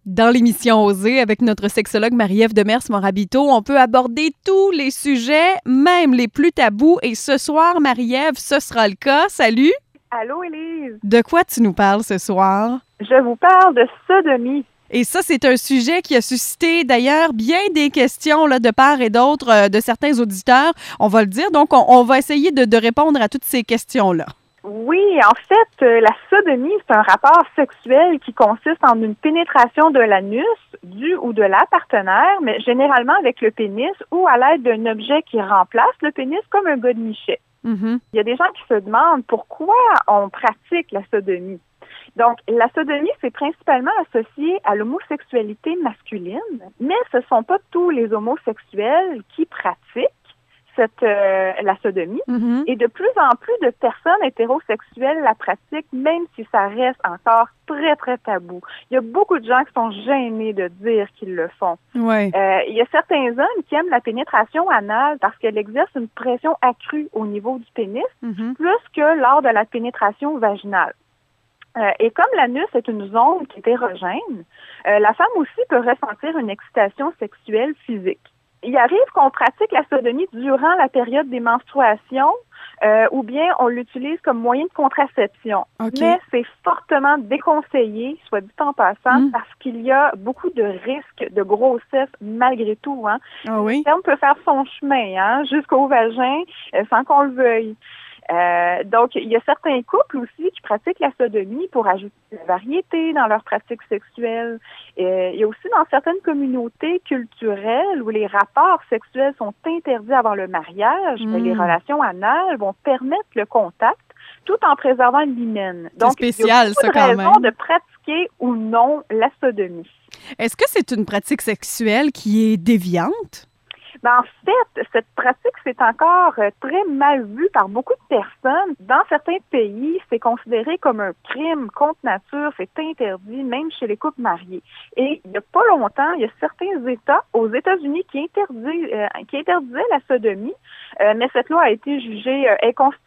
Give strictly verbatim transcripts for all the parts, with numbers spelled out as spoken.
Dans l'émission Osée, avec notre sexologue Marie-Ève Demers-Morabito, on peut aborder tous les sujets, même les plus tabous. Et ce soir, Marie-Ève, ce sera le cas. Salut! Allô, Élise! De quoi tu nous parles ce soir? Je vous parle de sodomie. Et ça, c'est un sujet qui a suscité d'ailleurs bien des questions là, de part et d'autre euh, de certains auditeurs, on va le dire. Donc, on, on va essayer de, de répondre à toutes ces questions-là. Oui, en fait, euh, la sodomie, c'est un rapport sexuel qui consiste en une pénétration de l'anus, du ou de la partenaire, mais généralement avec le pénis ou à l'aide d'un objet qui remplace le pénis comme un godemichet. Mm-hmm. Il y a des gens qui se demandent pourquoi on pratique la sodomie. Donc, la sodomie, c'est principalement associé à l'homosexualité masculine, mais ce ne sont pas tous les homosexuels qui pratiquent cette, euh, la sodomie. Mm-hmm. Et de plus en plus de personnes hétérosexuelles la pratiquent, même si ça reste encore très, très tabou. Il y a beaucoup de gens qui sont gênés de dire qu'ils le font. Ouais. Euh, il y a certains hommes qui aiment la pénétration anale parce qu'elle exerce une pression accrue au niveau du pénis, Mm-hmm. plus que lors de la pénétration vaginale. Euh, et comme l'anus est une zone qui est érogène, euh, la femme aussi peut ressentir une excitation sexuelle physique. Il arrive qu'on pratique la sodomie durant la période des menstruations euh, ou bien on l'utilise comme moyen de contraception. Okay. Mais c'est fortement déconseillé, soit dit en passant, Mm. parce qu'il y a beaucoup de risques de grossesse malgré tout. Hein. Ah oui? On peut faire son chemin hein, jusqu'au vagin euh, sans qu'on le veuille. Euh, donc, il y a certains couples aussi qui pratiquent la sodomie pour ajouter de la variété dans leurs pratiques sexuelles. Euh, il y a aussi dans certaines communautés culturelles où les rapports sexuels sont interdits avant le mariage, Mm. mais les relations anales vont permettre le contact tout en préservant l'hymen. Donc, c'est spécial, il y a beaucoup ça, de quand raisons même. de pratiquer ou non la sodomie. Est-ce que c'est une pratique sexuelle qui est déviante? Ben, en fait, cette pratique, c'est encore euh, très mal vu par beaucoup de personnes. Dans certains pays, c'est considéré comme un crime contre nature, c'est interdit, même chez les couples mariés. Et il n'y a pas longtemps, il y a certains États, aux États-Unis, qui, interdit, euh, qui interdisaient la sodomie, euh, mais cette loi a été jugée euh, inconstitutionnelle.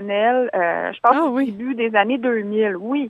Euh, je pense Ah, au oui. début des années deux mille, oui.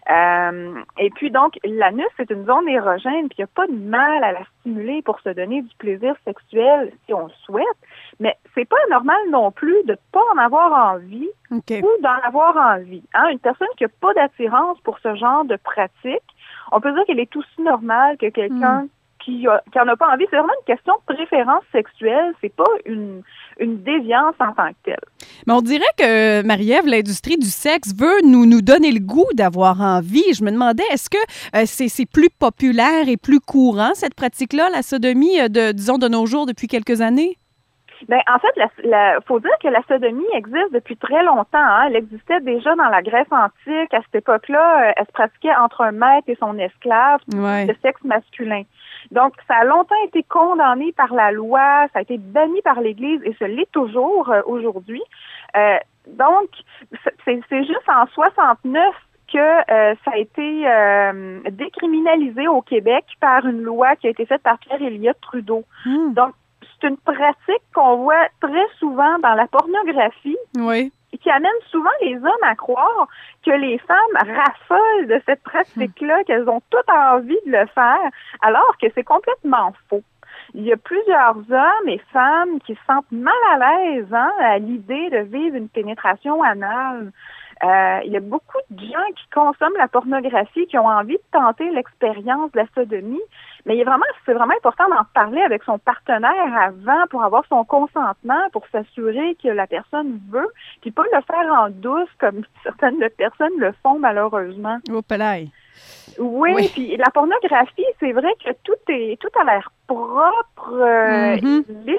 Euh, et puis donc, l'anus, c'est une zone érogène, puis il n'y a pas de mal à la stimuler pour se donner du plaisir sexuel si on le souhaite, mais c'est pas normal non plus de pas en avoir envie OK. ou d'en avoir envie. Hein? Une personne qui n'a pas d'attirance pour ce genre de pratique, on peut dire qu'elle est aussi normale que quelqu'un Mm. qui a, qui en a pas envie. C'est vraiment une question de préférence sexuelle, c'est pas une, une déviance en tant que telle. Mais on dirait que, Marie-Ève, l'industrie du sexe veut nous, nous donner le goût d'avoir envie. Je me demandais, est-ce que euh, c'est, c'est plus populaire et plus courant, cette pratique-là, la sodomie, euh, de, disons, de nos jours depuis quelques années? Ben, en fait, la, la, faut dire que la sodomie existe depuis très longtemps. Hein. Elle existait déjà dans la Grèce antique. À cette époque-là, euh, elle se pratiquait entre un maître et son esclave, Ouais. de sexe masculin. Donc, ça a longtemps été condamné par la loi, ça a été banni par l'Église et ce l'est toujours euh, aujourd'hui. Euh, donc, c'est, c'est juste en soixante-neuf que euh, ça a été euh, décriminalisé au Québec par une loi qui a été faite par Pierre Elliott Trudeau. Mm. Donc, c'est une pratique qu'on voit très souvent dans la pornographie Oui. qui amène souvent les hommes à croire que les femmes raffolent de cette pratique-là, qu'elles ont toute envie de le faire, alors que c'est complètement faux. Il y a plusieurs hommes et femmes qui se sentent mal à l'aise hein, à l'idée de vivre une pénétration anale. Euh, il y a beaucoup de gens qui consomment la pornographie, qui ont envie de tenter l'expérience de la sodomie, mais il est vraiment, c'est vraiment important d'en parler avec son partenaire avant pour avoir son consentement, pour s'assurer que la personne veut, puis pas le faire en douce comme certaines personnes le font malheureusement. Oh, pelaille. Oui, Oui. puis la pornographie, c'est vrai que tout est tout a l'air propre, euh, Mhm. lisse,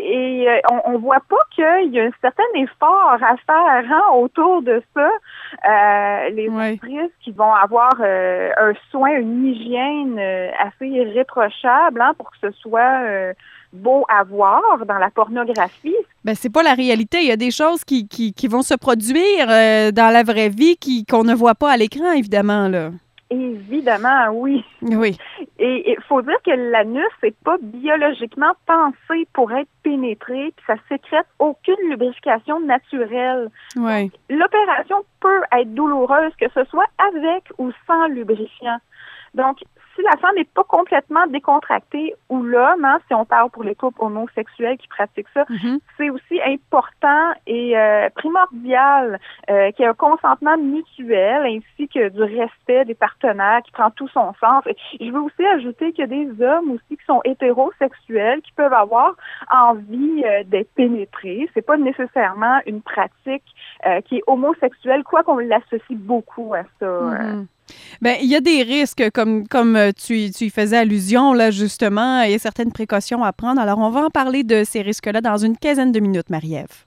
et euh, on, on voit pas qu'il y a un certain effort à faire hein, autour de ça. Euh, les Ouais. actrices qui vont avoir euh, un soin, une hygiène euh, assez irréprochable hein, pour que ce soit euh, beau à voir dans la pornographie. Ben, c'est pas la réalité. Il y a des choses qui, qui, qui vont se produire euh, dans la vraie vie qui, qu'on ne voit pas à l'écran, évidemment, là. Évidemment, oui. Oui. Et il faut dire que l'anus n'est pas biologiquement pensé pour être pénétré, puis ça sécrète aucune lubrification naturelle. Oui. L'opération peut être douloureuse, que ce soit avec ou sans lubrifiant. Donc, si la femme n'est pas complètement décontractée ou l'homme, hein, si on parle pour les couples homosexuels qui pratiquent ça, mm-hmm. c'est aussi important et euh, primordial euh, qu'il y ait un consentement mutuel ainsi que du respect des partenaires qui prend tout son sens. Et je veux aussi ajouter qu'il y a des hommes aussi qui sont hétérosexuels qui peuvent avoir envie euh, d'être pénétrés. C'est pas nécessairement une pratique euh, qui est homosexuelle, quoi qu'on l'associe beaucoup à ça. Mm-hmm. Bien, il y a des risques, comme, comme tu, tu y faisais allusion, là, justement. Il y a certaines précautions à prendre. Alors, on va en parler de ces risques-là dans une quinzaine de minutes, Marie-Ève.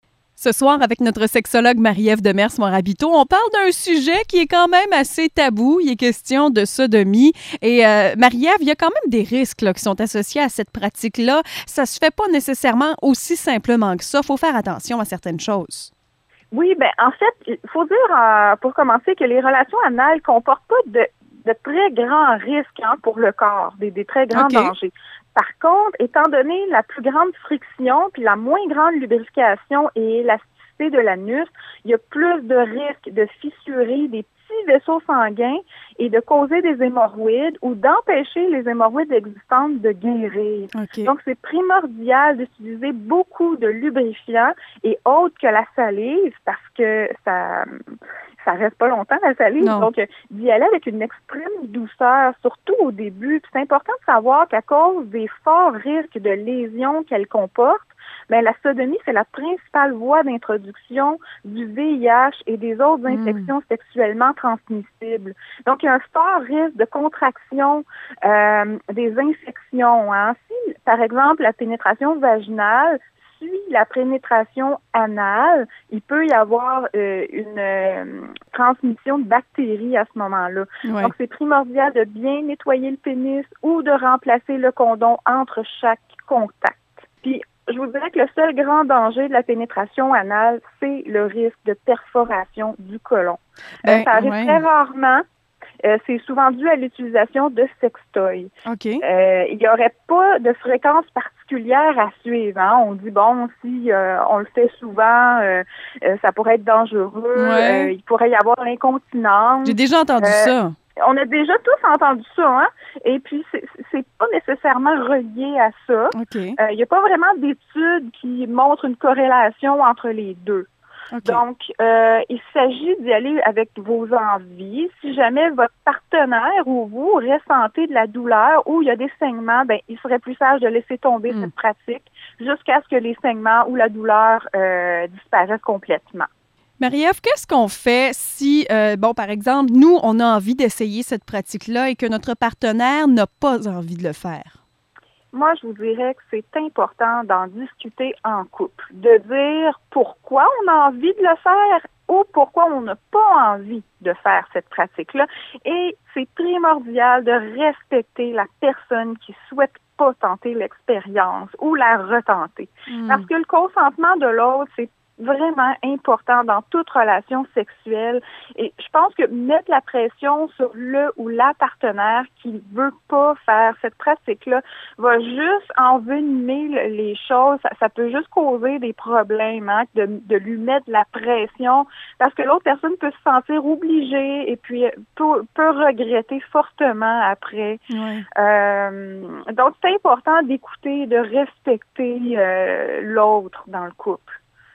Ce soir, avec notre sexologue Marie-Ève Demers-Morabito, on parle d'un sujet qui est quand même assez tabou. Il est question de sodomie. Et euh, Marie-Ève, il y a quand même des risques là, qui sont associés à cette pratique-là. Ça se fait pas nécessairement aussi simplement que ça. Il faut faire attention à certaines choses. Oui, ben en fait, il faut dire, euh, pour commencer, que les relations anales comportent pas de, de très grands risques hein, pour le corps, des, des très grands okay. dangers. Par contre, étant donné la plus grande friction puis la moins grande lubrification et élasticité de l'anus, il y a plus de risques de fissurer des petits vaisseaux sanguins et de causer des hémorroïdes ou d'empêcher les hémorroïdes existantes de guérir. Okay. Donc, c'est primordial d'utiliser beaucoup de lubrifiants et autres que la salive parce que ça ça reste pas longtemps, la salive. Non. Donc, d'y aller avec une extrême douceur, surtout au début. Puis c'est important de savoir qu'à cause des forts risques de lésions qu'elle comporte, ben la sodomie, c'est la principale voie d'introduction du V I H et des autres mmh. infections sexuellement transmissibles. Donc, il y a un fort risque de contraction euh, des infections. Hein. Si, par exemple, la pénétration vaginale suit la pénétration anale, il peut y avoir euh, une euh, transmission de bactéries à ce moment-là. Ouais. Donc, c'est primordial de bien nettoyer le pénis ou de remplacer le condom entre chaque contact. Puis, je vous dirais que le seul grand danger de la pénétration anale, c'est le risque de perforation du côlon. Ben, euh, ça arrive ouais. très rarement. Euh, c'est souvent dû à l'utilisation de sextoys. Okay. Euh, il n'y aurait pas de fréquence particulière à suivre. Hein. On dit, bon, si euh, on le fait souvent, euh, euh, ça pourrait être dangereux. Ouais. Euh, il pourrait y avoir l'incontinence. J'ai déjà entendu euh, ça. On a déjà tous entendu ça, hein? Et puis, c'est, c'est pas nécessairement relié à ça. Okay. Euh, il n'y a pas vraiment d'études qui montrent une corrélation entre les deux. Okay. Donc, euh, il s'agit d'y aller avec vos envies. Si jamais votre partenaire ou vous ressentez de la douleur ou il y a des saignements, ben il serait plus sage de laisser tomber mm. cette pratique jusqu'à ce que les saignements ou la douleur euh, disparaissent complètement. Marie-Ève, qu'est-ce qu'on fait si, euh, bon, par exemple, nous, on a envie d'essayer cette pratique-là et que notre partenaire n'a pas envie de le faire? Moi, je vous dirais que c'est important d'en discuter en couple, de dire pourquoi on a envie de le faire ou pourquoi on n'a pas envie de faire cette pratique-là. Et c'est primordial de respecter la personne qui souhaite pas tenter l'expérience ou la retenter. Mmh. Parce que le consentement de l'autre, c'est vraiment important dans toute relation sexuelle. Et je pense que mettre la pression sur le ou la partenaire qui veut pas faire cette pratique-là va juste envenimer les choses. Ça, ça peut juste causer des problèmes, hein, de, de lui mettre la pression parce que l'autre personne peut se sentir obligée et puis peut, peut regretter fortement après. Ouais. Euh, donc, c'est important d'écouter, de respecter euh, l'autre dans le couple.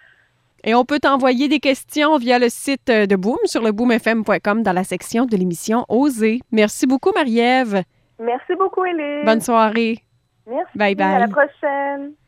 Et on peut t'envoyer des questions via le site de Boom sur le boom f m point com dans la section de l'émission Oser. Merci beaucoup, Marie-Ève. Merci beaucoup, Élise. Bonne soirée. Merci. Bye bye. À la prochaine.